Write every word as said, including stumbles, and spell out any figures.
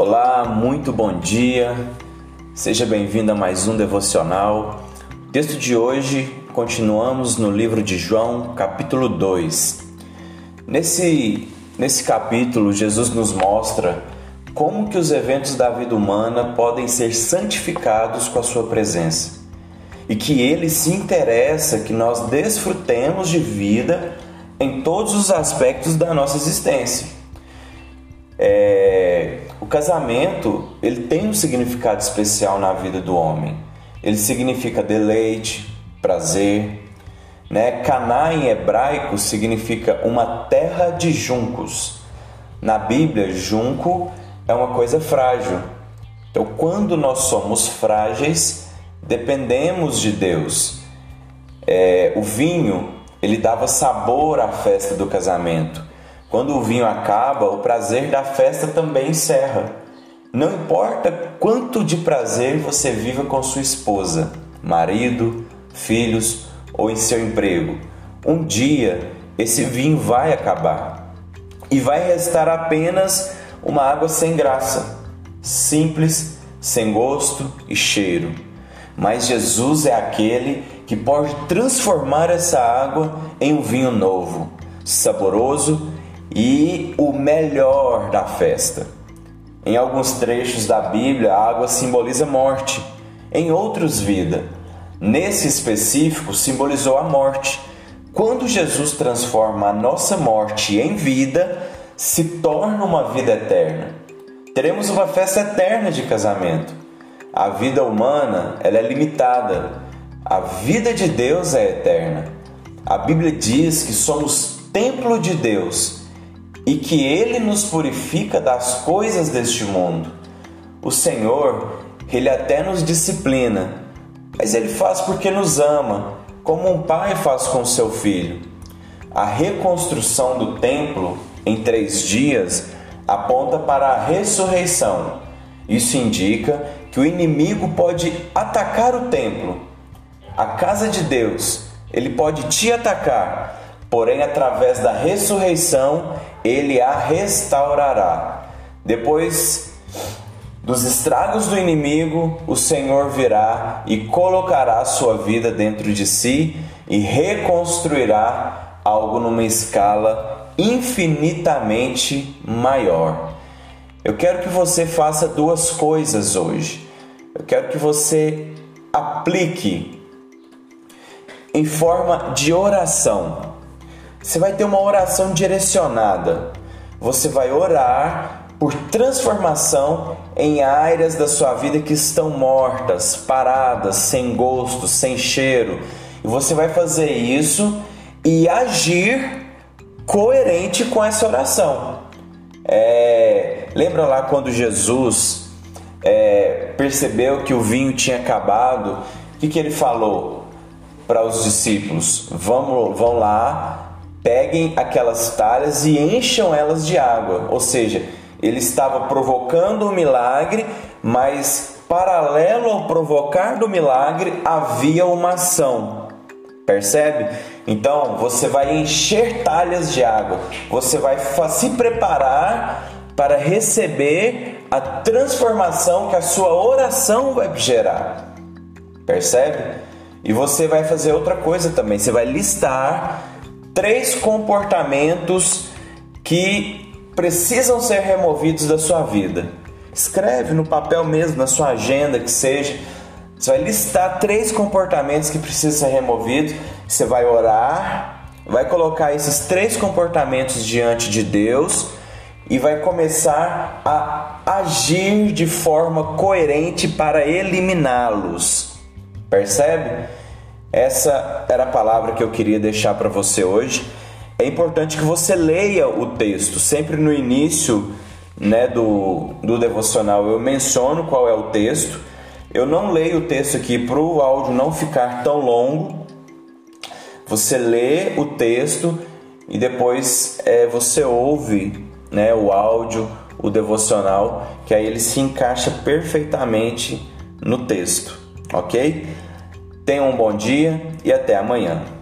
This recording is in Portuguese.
Olá, muito bom dia, seja bem-vindo a mais um devocional. O texto de hoje, continuamos no livro de João, capítulo dois. Nesse, nesse capítulo, Jesus nos mostra como que os eventos da vida humana podem ser santificados com a sua presença e que Ele se interessa que nós desfrutemos de vida em todos os aspectos da nossa existência. É, o casamento, ele tem um significado especial na vida do homem. Ele significa deleite, prazer, né? Caná em hebraico significa uma terra de juncos. Na Bíblia, junco é uma coisa frágil. Então, quando nós somos frágeis, dependemos de Deus. É, o vinho, ele dava sabor à festa do casamento. Quando o vinho acaba, o prazer da festa também encerra. Não importa quanto de prazer você viva com sua esposa, marido, filhos ou em seu emprego, um dia esse vinho vai acabar e vai restar apenas uma água sem graça, simples, sem gosto e cheiro. Mas Jesus é aquele que pode transformar essa água em um vinho novo, saboroso e o melhor da festa. Em alguns trechos da Bíblia, a água simboliza morte, em outros, vida. Nesse específico, simbolizou a morte. Quando Jesus transforma a nossa morte em vida, se torna uma vida eterna. Teremos uma festa eterna de casamento. A vida humana, ela é limitada. A vida de Deus é eterna. A Bíblia diz que somos templo de Deus e que Ele nos purifica das coisas deste mundo. O Senhor, Ele até nos disciplina, mas Ele faz porque nos ama, como um pai faz com seu filho. A reconstrução do templo em três dias aponta para a ressurreição. Isso indica que o inimigo pode atacar o templo, a casa de Deus. Ele pode te atacar, porém, através da ressurreição, Ele a restaurará. Depois dos estragos do inimigo, o Senhor virá e colocará a sua vida dentro de si e reconstruirá algo numa escala infinitamente maior. Eu quero que você faça duas coisas hoje. Eu quero que você aplique em forma de oração. Você vai ter uma oração direcionada. Você vai orar por transformação em áreas da sua vida que estão mortas, paradas, sem gosto, sem cheiro. E você vai fazer isso e agir coerente com essa oração. É, lembra lá quando Jesus é, percebeu que o vinho tinha acabado? O que, que ele falou para os discípulos? Vamos, vão lá, peguem aquelas talhas e encham elas de água. Ou seja, ele estava provocando o milagre, mas paralelo ao provocar do milagre havia uma ação. Percebe? Então você vai encher talhas de água. Você vai se preparar para receber a transformação que a sua oração vai gerar. Percebe? E você vai fazer outra coisa também. Você vai listar três comportamentos que precisam ser removidos da sua vida. Escreve no papel mesmo, na sua agenda, que seja. Você vai listar três comportamentos que precisam ser removidos. Você vai orar, vai colocar esses três comportamentos diante de Deus e vai começar a agir de forma coerente para eliminá-los. Percebe? Essa era a palavra que eu queria deixar para você hoje. É importante que você leia o texto. Sempre no início, né, do, do devocional eu menciono qual é o texto. Eu não leio o texto aqui para o áudio não ficar tão longo. Você lê o texto e depois é, você ouve, né, o áudio, o devocional, que aí ele se encaixa perfeitamente no texto, ok? Tenha um bom dia e até amanhã.